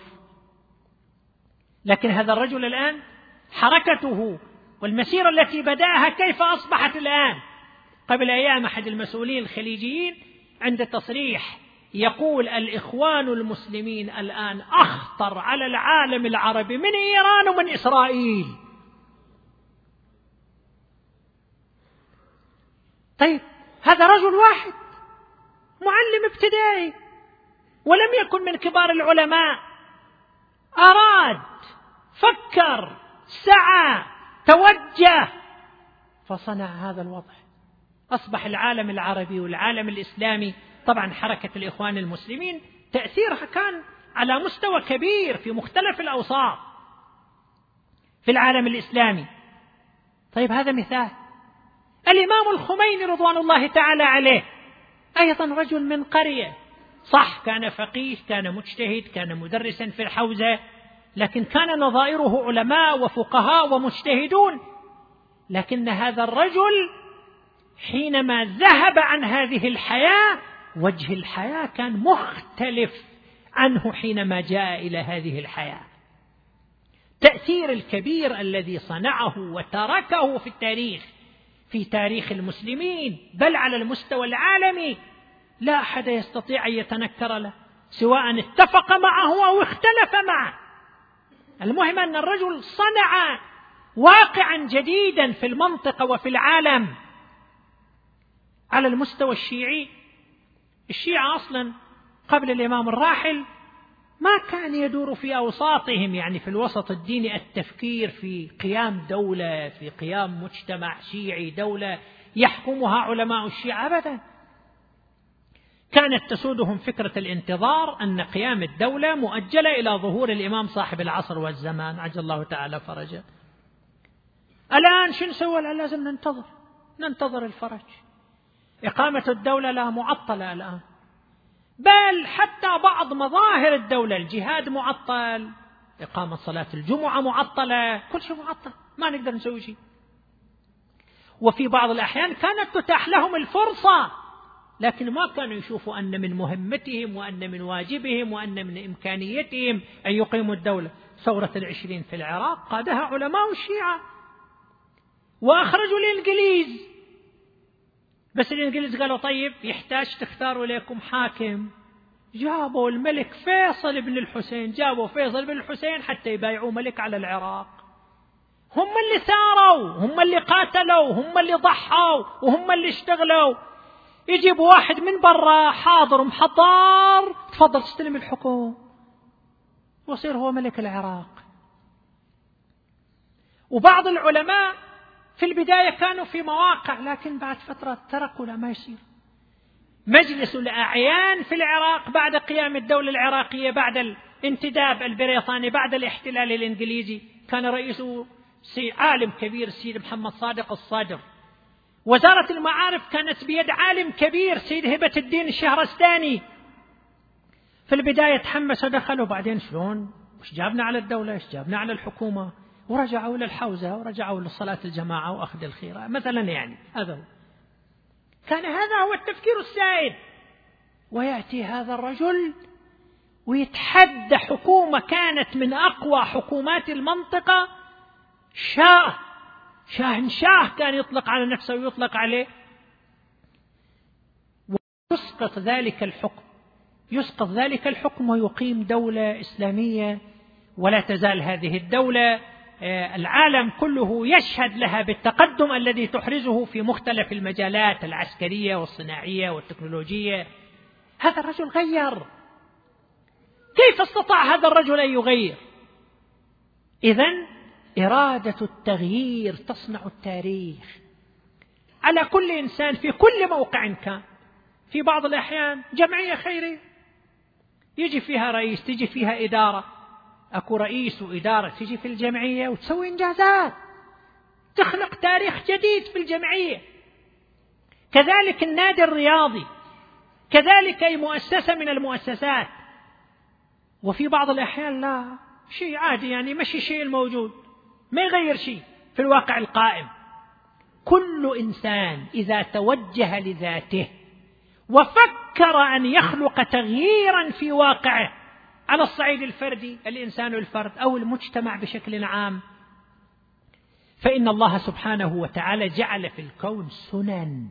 لكن هذا الرجل الآن حركته والمسيرة التي بدأها كيف أصبحت الآن؟ قبل أيام أحد المسؤولين الخليجيين عند تصريح يقول: الإخوان المسلمين الآن أخطر على العالم العربي من إيران ومن إسرائيل. طيب، هذا رجل واحد معلم ابتدائي ولم يكن من كبار العلماء، أراد، فكر، سعى، توجه، فصنع هذا الوضع. أصبح العالم العربي والعالم الإسلامي طبعا حركة الإخوان المسلمين تأثيرها كان على مستوى كبير في مختلف الأوساط في العالم الإسلامي. طيب هذا مثال. الإمام الخميني رضوان الله تعالى عليه أيضا رجل من قرية، صح كان فقيه، كان مجتهد، كان مدرسا في الحوزة، لكن كان نظائره علماء وفقهاء ومجتهدون. لكن هذا الرجل حينما ذهب عن هذه الحياة وجه الحياة كان مختلف عنه حينما جاء إلى هذه الحياة. تأثير الكبير الذي صنعه وتركه في التاريخ، في تاريخ المسلمين بل على المستوى العالمي، لا أحد يستطيع أن يتنكر له سواء اتفق معه أو اختلف معه. المهم أن الرجل صنع واقعا جديدا في المنطقة وفي العالم. على المستوى الشيعي، الشيعة أصلا قبل الإمام الراحل ما كان يدور في أوساطهم، يعني في الوسط الديني، التفكير في قيام دولة، في قيام مجتمع شيعي، دولة يحكمها علماء الشيعة، أبدا. كانت تسودهم فكرة الانتظار، أن قيام الدولة مؤجلة إلى ظهور الإمام صاحب العصر والزمان عجل الله تعالى فرجه. الآن شو نسوي؟ لازم ننتظر ننتظر الفرج. إقامة الدولة لا معطلة الآن، بل حتى بعض مظاهر الدولة، الجهاد معطل، إقامة صلاة الجمعة معطلة، كل شيء معطل، ما نقدر نسوي شيء. وفي بعض الأحيان كانت تتاح لهم الفرصة، لكن ما كانوا يشوفوا أن من مهمتهم وأن من واجبهم وأن من إمكانيتهم أن يقيموا الدولة. ثورة العشرين في العراق قادها علماء الشيعة وأخرجوا الإنجليز، بس الإنجليز قالوا طيب يحتاج تختاروا لكم حاكم. جابوا الملك فيصل بن الحسين، جابوا فيصل بن الحسين حتى يبايعوا ملك على العراق. هم اللي ثاروا، هم اللي قاتلوا، هم اللي ضحوا، وهم اللي اشتغلوا. يجيب واحد من برا حاضر محضر، تفضل تستلم الحكم وصير هو ملك العراق. وبعض العلماء في البداية كانوا في مواقع، لكن بعد فترة تركوا، لا ما يصير. مجلس الأعيان في العراق بعد قيام الدولة العراقية، بعد الانتداب البريطاني، بعد الاحتلال الإنجليزي، كان رئيسه عالم كبير السيد محمد صادق الصادر. وزارة المعارف كانت بيد عالم كبير سيد هبة الدين الشهرستاني. في البداية تحمسوا دخلوا، بعدين شلون؟ وش جابنا على الدولة؟ وش جابنا على الحكومة؟ ورجعوا للحوزة ورجعوا لصلاة الجماعة وأخذ الخيرة مثلا. يعني هذا هو. كان هذا هو التفكير السائد. ويأتي هذا الرجل ويتحدى حكومة كانت من أقوى حكومات المنطقة، شاه شاهنشاه كان يطلق على نفسه ويطلق عليه، ويسقط ذلك الحكم يسقط ذلك الحكم ويقيم دولة إسلامية. ولا تزال هذه الدولة العالم كله يشهد لها بالتقدم الذي تحرزه في مختلف المجالات العسكرية والصناعية والتكنولوجية. هذا الرجل غير. كيف استطاع هذا الرجل أن يغير؟ إذن إرادة التغيير تصنع التاريخ على كل إنسان في كل موقع كان. في بعض الأحيان جمعية خيرية يجي فيها رئيس، تجي فيها إدارة، أكو رئيس وإدارة تجي في الجمعية وتسوي إنجازات، تخلق تاريخ جديد في الجمعية. كذلك النادي الرياضي، كذلك أي مؤسسة من المؤسسات. وفي بعض الأحيان لا، شيء عادي، يعني مشي شيء الموجود، ما يغير شيء في الواقع القائم. كل إنسان إذا توجه لذاته وفكر أن يخلق تغييرا في واقعه على الصعيد الفردي، الإنسان الفرد أو المجتمع بشكل عام، فإن الله سبحانه وتعالى جعل في الكون سنن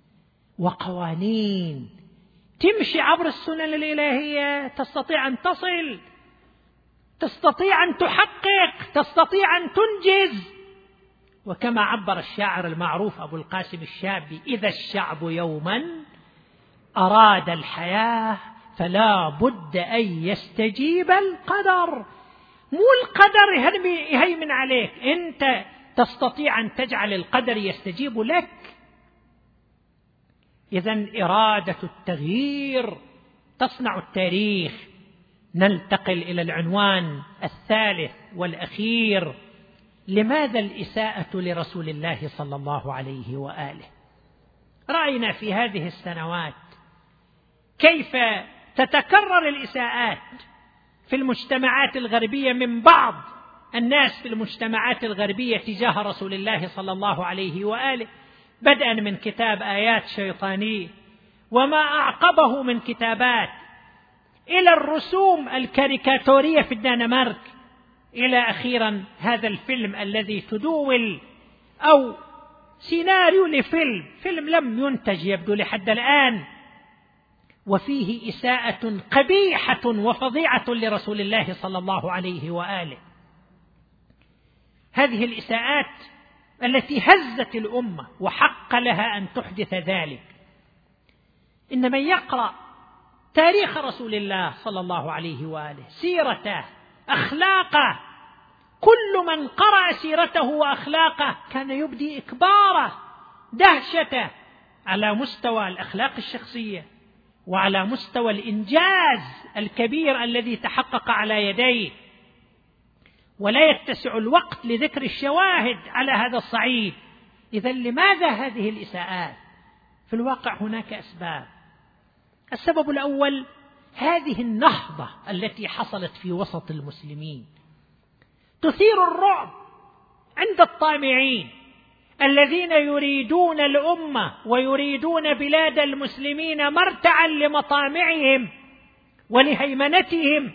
وقوانين تمشي عبر السنن الإلهية، تستطيع أن تصل، تستطيع أن تحقق، تستطيع أن تنجز. وكما عبر الشاعر المعروف أبو القاسم الشابي: إذا الشعب يوما أراد الحياة فلا بد أن يستجيب القدر. مو القدر يهيمن عليك، أنت تستطيع أن تجعل القدر يستجيب لك. إذن إرادة التغيير تصنع التاريخ. ننتقل إلى العنوان الثالث والأخير: لماذا الإساءة لرسول الله صلى الله عليه وآله؟ رأينا في هذه السنوات كيف تتكرر الإساءات في المجتمعات الغربية من بعض الناس في المجتمعات الغربية تجاه رسول الله صلى الله عليه وآله، بدءا من كتاب آيات شيطانية وما أعقبه من كتابات، إلى الرسوم الكاريكاتورية في الدنمارك، إلى أخيرا هذا الفيلم الذي تدول أو سيناريو لفيلم فيلم لم ينتج يبدو لحد الآن، وفيه إساءة قبيحة وفظيعة لرسول الله صلى الله عليه وآله. هذه الإساءات التي هزت الأمة وحق لها أن تحدث ذلك. إن من يقرأ تاريخ رسول الله صلى الله عليه وآله، سيرته، أخلاقه، كل من قرأ سيرته وأخلاقه كان يبدي إكباره، دهشته، على مستوى الأخلاق الشخصية وعلى مستوى الإنجاز الكبير الذي تحقق على يديه. ولا يتسع الوقت لذكر الشواهد على هذا الصعيد. إذن لماذا هذه الإساءات؟ في الواقع هناك أسباب. السبب الأول هذه النهضة التي حصلت في وسط المسلمين، تثير الرعب عند الطامعين الذين يريدون الأمة ويريدون بلاد المسلمين مرتعا لمطامعهم ولهيمنتهم.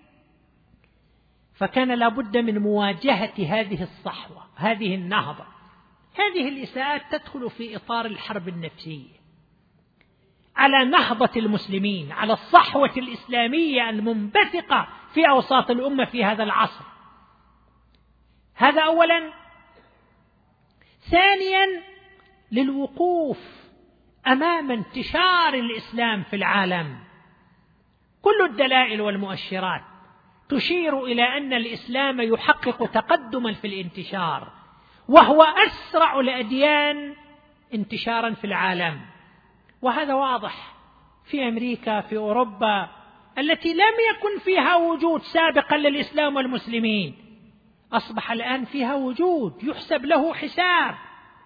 فكان لابد من مواجهة هذه الصحوة، هذه النهضة. هذه الإساءات تدخل في إطار الحرب النفسية على نهضة المسلمين، على الصحوة الإسلامية المنبثقة في أوساط الأمة في هذا العصر. هذا أولا. ثانيا، للوقوف أمام انتشار الإسلام في العالم. كل الدلائل والمؤشرات تشير إلى أن الإسلام يحقق تقدما في الانتشار، وهو أسرع الأديان انتشارا في العالم. وهذا واضح في أمريكا، في أوروبا التي لم يكن فيها وجود سابقا للإسلام والمسلمين، أصبح الآن فيها وجود يحسب له حساب.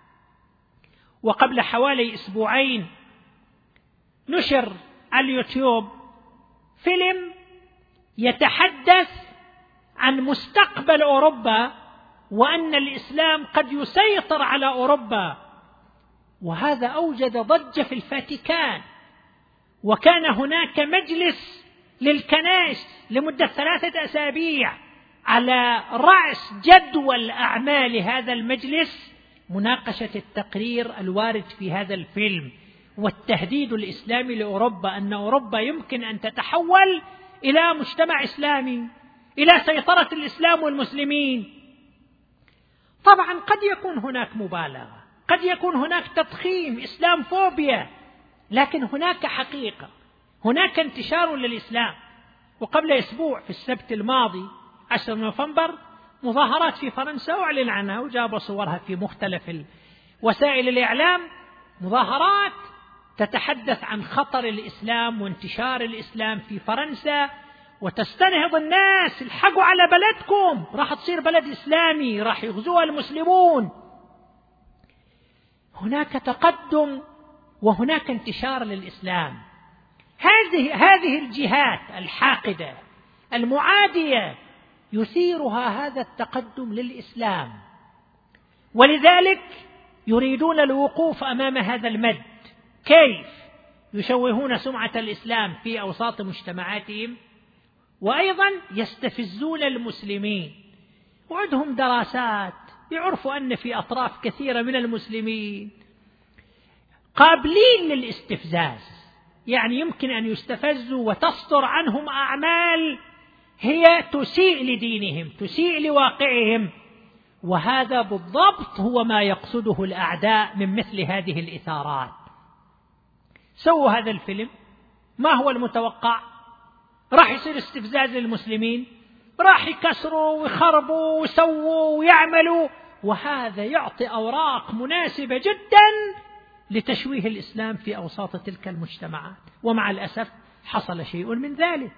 وقبل حوالي أسبوعين نشر على اليوتيوب فيلم يتحدث عن مستقبل أوروبا وأن الإسلام قد يسيطر على أوروبا، وهذا أوجد ضجة في الفاتيكان. وكان هناك مجلس للكنائس لمدة ثلاثة أسابيع، على رأس جدول أعمال هذا المجلس مناقشة التقرير الوارد في هذا الفيلم، والتهديد الإسلامي لأوروبا، أن أوروبا يمكن أن تتحول إلى مجتمع إسلامي، إلى سيطرة الإسلام والمسلمين. طبعا قد يكون هناك مبالغة، قد يكون هناك تضخيم، إسلام فوبيا، لكن هناك حقيقة، هناك انتشار للإسلام. وقبل أسبوع في السبت الماضي عشرة نوفمبر مظاهرات في فرنسا أعلن عنها وجاب صورها في مختلف وسائل الإعلام، مظاهرات تتحدث عن خطر الإسلام وانتشار الإسلام في فرنسا، وتستنهض الناس: الحقوا على بلدكم، راح تصير بلد إسلامي، راح يغزوها المسلمون. هناك تقدم وهناك انتشار للإسلام. هذه هذه الجهات الحاقدة المعادية يثيرها هذا التقدم للإسلام، ولذلك يريدون الوقوف أمام هذا المد. كيف يشوهون سمعة الإسلام في أوساط مجتمعاتهم، وأيضا يستفزون المسلمين. وعندهم دراسات يعرفوا أن في أطراف كثيرة من المسلمين قابلين للاستفزاز، يعني يمكن أن يستفزوا وتصدر عنهم أعمال هي تسيء لدينهم، تسيء لواقعهم. وهذا بالضبط هو ما يقصده الأعداء من مثل هذه الإثارات. سووا هذا الفيلم، ما هو المتوقع؟ راح يصير استفزاز للمسلمين، راح يكسروا ويخربوا ويسووا ويعملوا، وهذا يعطي أوراق مناسبة جدا لتشويه الإسلام في أوساط تلك المجتمعات، ومع الأسف حصل شيء من ذلك.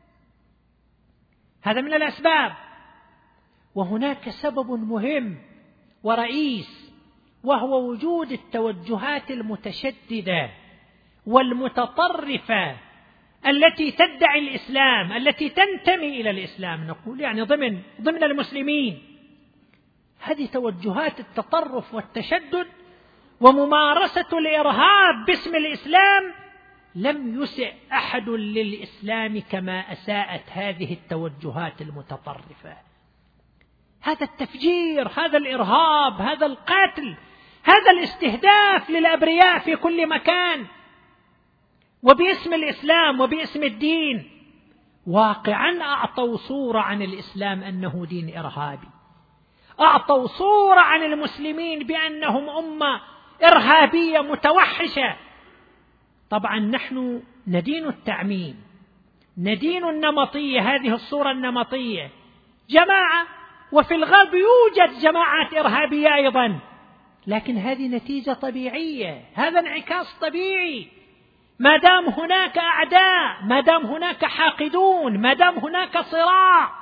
هذا من الأسباب. وهناك سبب مهم ورئيس، وهو وجود التوجهات المتشددة والمتطرفة التي تدعي الإسلام، التي تنتمي إلى الإسلام، نقول يعني ضمن ضمن المسلمين. هذه توجهات التطرف والتشدد وممارسة الإرهاب باسم الإسلام لم يسع أحد للإسلام كما أساءت هذه التوجهات المتطرفة. هذا التفجير، هذا الإرهاب، هذا القتل، هذا الاستهداف للأبرياء في كل مكان وباسم الإسلام وباسم الدين، واقعا أعطوا صورة عن الإسلام أنه دين إرهابي، أعطوا صورة عن المسلمين بأنهم أمة إرهابية متوحشة. طبعا نحن ندين التعميم، ندين النمطية، هذه الصورة النمطية جماعة، وفي الغرب يوجد جماعات إرهابية أيضا، لكن هذه نتيجة طبيعية، هذا انعكاس طبيعي. ما دام هناك أعداء، ما دام هناك حاقدون، ما دام هناك صراع،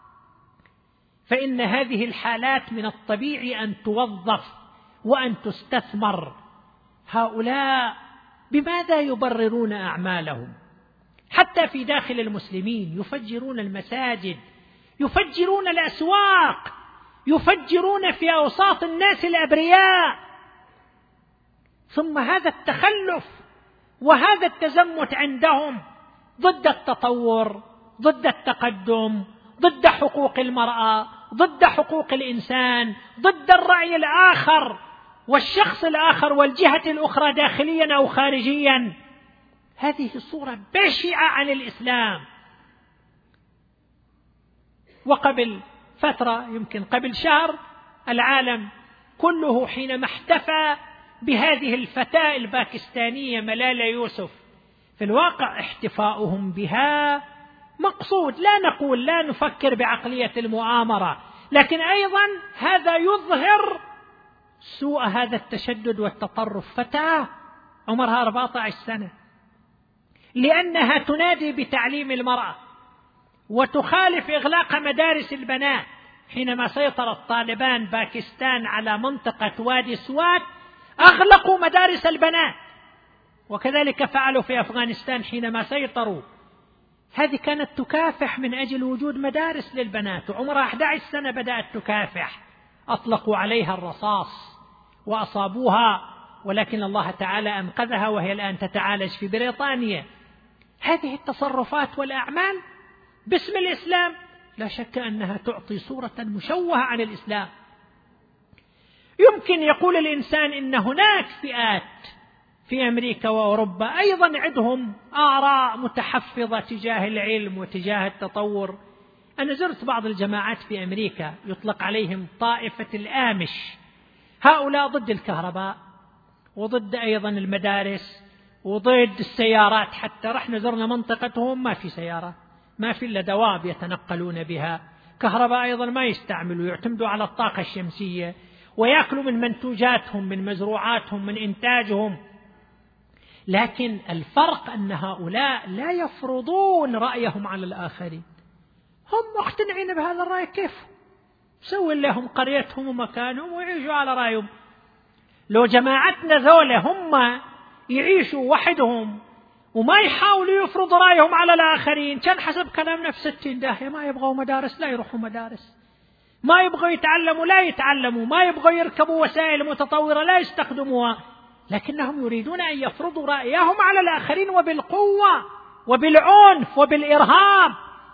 فإن هذه الحالات من الطبيعي أن توظف وأن تستثمر. هؤلاء بماذا يبررون أعمالهم؟ حتى في داخل المسلمين يفجرون المساجد، يفجرون الأسواق، يفجرون في أوساط الناس الأبرياء. ثم هذا التخلف وهذا التزمت عندهم ضد التطور، ضد التقدم، ضد حقوق المرأة، ضد حقوق الإنسان، ضد الرأي الآخر والشخص الآخر والجهة الأخرى داخليا أو خارجيا. هذه صورة بشعة عن الإسلام. وقبل فترة، يمكن قبل شهر، العالم كله حينما احتفى بهذه الفتاة الباكستانية ملالة يوسف، في الواقع احتفاؤهم بها مقصود، لا نقول لا نفكر بعقلية المؤامرة، لكن أيضا هذا يظهر سوء هذا التشدد والتطرف. فتاة عمرها أربعة عشر سنة لأنها تنادي بتعليم المرأة وتخالف إغلاق مدارس البنات. حينما سيطر الطالبان باكستان على منطقة وادي سوات أغلقوا مدارس البنات، وكذلك فعلوا في أفغانستان حينما سيطروا. هذه كانت تكافح من أجل وجود مدارس للبنات، وعمرها أحد عشر سنة بدأت تكافح. أطلقوا عليها الرصاص وأصابوها، ولكن الله تعالى أنقذها وهي الآن تتعالج في بريطانيا. هذه التصرفات والأعمال باسم الإسلام لا شك أنها تعطي صورة مشوهة عن الإسلام. يمكن يقول الإنسان إن هناك فئات في أمريكا وأوروبا أيضا عندهم آراء متحفظة تجاه العلم وتجاه التطور. أنا زرت بعض الجماعات في أمريكا يطلق عليهم طائفة الآمش، هؤلاء ضد الكهرباء وضد أيضا المدارس وضد السيارات. حتى رحنا زرنا منطقتهم ما في سيارة، ما في إلا دواب يتنقلون بها، كهرباء أيضا ما يستعملوا، يعتمدوا على الطاقة الشمسية، ويأكلوا من منتوجاتهم، من مزروعاتهم، من إنتاجهم. لكن الفرق أن هؤلاء لا يفرضون رأيهم على الآخرين، هم مقتنعين بهذا الرأي، كيف سووا لهم قريتهم ومكانهم ويعيشوا على رأيهم. لو جماعتنا ذولا هم يعيشوا وحدهم وما يحاولوا يفرضوا رأيهم على الآخرين، كان حسب كلامنا في ستين داهية. ما يبغوا مدارس لا يروحوا مدارس، ما يبغوا يتعلموا لا يتعلموا، ما يبغوا يركبوا وسائل متطورة لا يستخدموها، لكنهم يريدون أن يفرضوا رأيهم على الآخرين وبالقوة وبالعنف وبالإرهاب.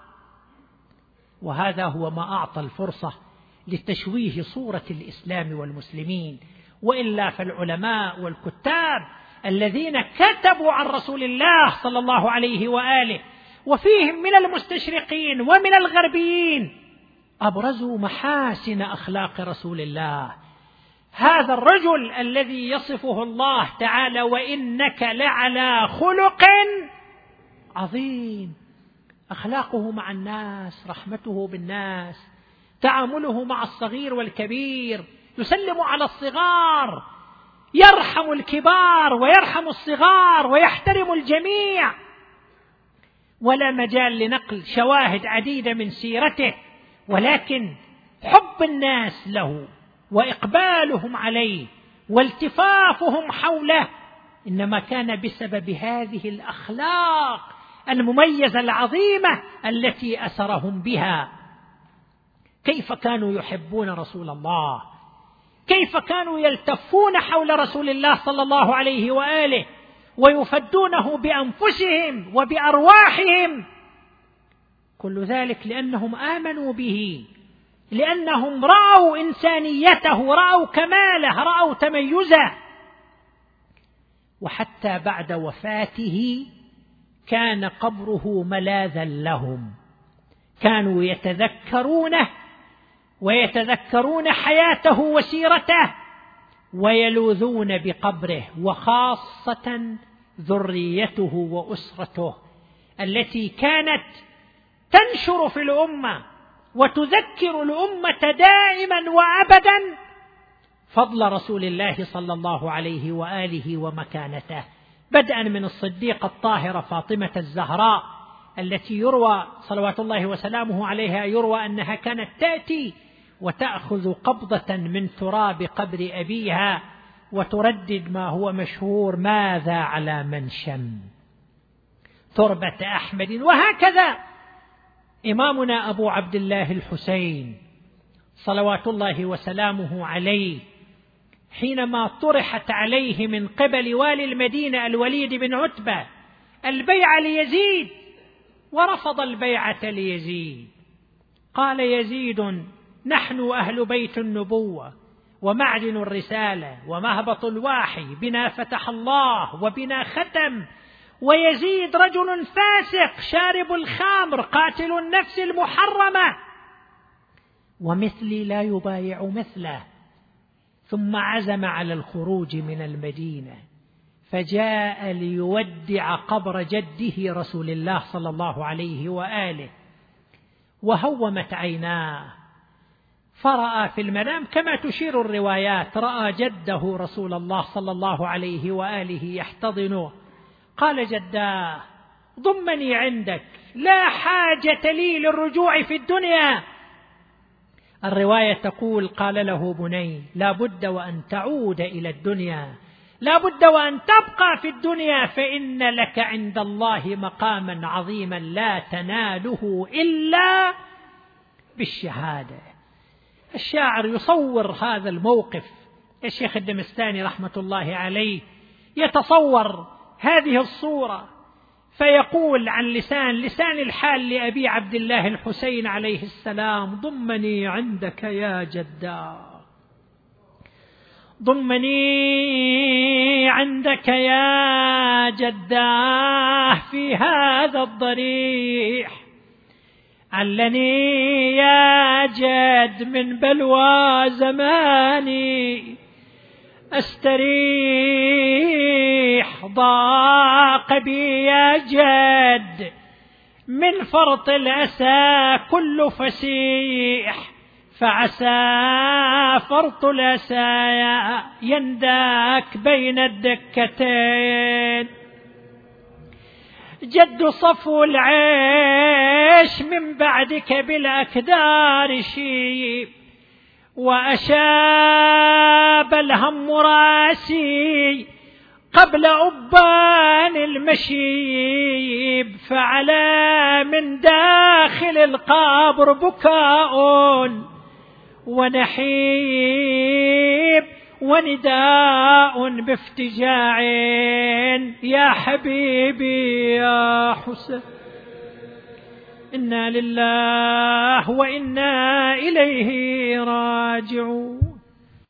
وهذا هو ما أعطى الفرصة لتشويه صورة الإسلام والمسلمين. وإلا فالعلماء والكتاب الذين كتبوا عن رسول الله صلى الله عليه وآله، وفيهم من المستشرقين ومن الغربيين، أبرزوا محاسن أخلاق رسول الله، هذا الرجل الذي يصفه الله تعالى وإنك لعلى خلق عظيم. أخلاقه مع الناس، رحمته بالناس، تعامله مع الصغير والكبير، يسلم على الصغار، يرحم الكبار ويرحم الصغار ويحترم الجميع، ولا مجال لنقل شواهد عديدة من سيرته، ولكن حب الناس له وإقبالهم عليه والتفافهم حوله إنما كان بسبب هذه الأخلاق المميزة العظيمة التي أسرهم بها. كيف كانوا يحبون رسول الله، كيف كانوا يلتفون حول رسول الله صلى الله عليه وآله ويفدونه بأنفسهم وبأرواحهم، كل ذلك لأنهم آمنوا به، لأنهم رأوا إنسانيته، رأوا كماله، رأوا تميزه. وحتى بعد وفاته كان قبره ملاذا لهم، كانوا يتذكرونه ويتذكرون حياته وسيرته ويلوذون بقبره، وخاصة ذريته وأسرته التي كانت تنشر في الأمة وتذكر الأمة دائما وأبدا فضل رسول الله صلى الله عليه وآله ومكانته، بدءا من الصديقة الطاهرة فاطمة الزهراء التي يروى صلوات الله وسلامه عليها يروى أنها كانت تأتي وتأخذ قبضة من تراب قبر أبيها وتردد ما هو مشهور: ماذا على من شم تربة أحمد. وهكذا إمامنا أبو عبد الله الحسين صلوات الله وسلامه عليه حينما طرحت عليه من قبل والي المدينة الوليد بن عتبة البيعة ليزيد ورفض البيعة ليزيد، قال يزيد: نحن أهل بيت النبوة ومعدن الرسالة ومهبط الوحي، بنا فتح الله وبنا ختم، ويزيد رجل فاسق شارب الخمر قاتل النفس المحرمة، ومثلي لا يبايع مثله. ثم عزم على الخروج من المدينة فجاء ليودع قبر جده رسول الله صلى الله عليه وآله، وهومت عيناه فرأى في المنام كما تشير الروايات، رأى جده رسول الله صلى الله عليه وآله يحتضنه، قال: جداه ضمني عندك، لا حاجة لي للرجوع في الدنيا. الرواية تقول: قال له: بني، لا بد وأن تعود إلى الدنيا، لا بد وأن تبقى في الدنيا، فإن لك عند الله مقاما عظيما لا تناله إلا بالشهادة. الشاعر يصور هذا الموقف، الشيخ الدمستاني رحمة الله عليه يتصور هذه الصورة فيقول عن لسان لسان الحال لأبي عبد الله الحسين عليه السلام: ضمني عندك يا جداه، ضمني عندك يا جداه في هذا الضريح، علني يا جد من بلوى زماني أستريح، ضاق بي يا جد من فرط الأسى كل فسيح، فعسى فرط الأسى ينداك بين الدكتين، جد صفو العيش من بعدك بالأكدار شيب، وأشاب الهم راسي قبل أبان المشيب، فعلى من داخل القبر بكاء ونحيب ونداء بافتجاع، يا حبيبي يا حسين إنا لله وإنا إليه راجعون.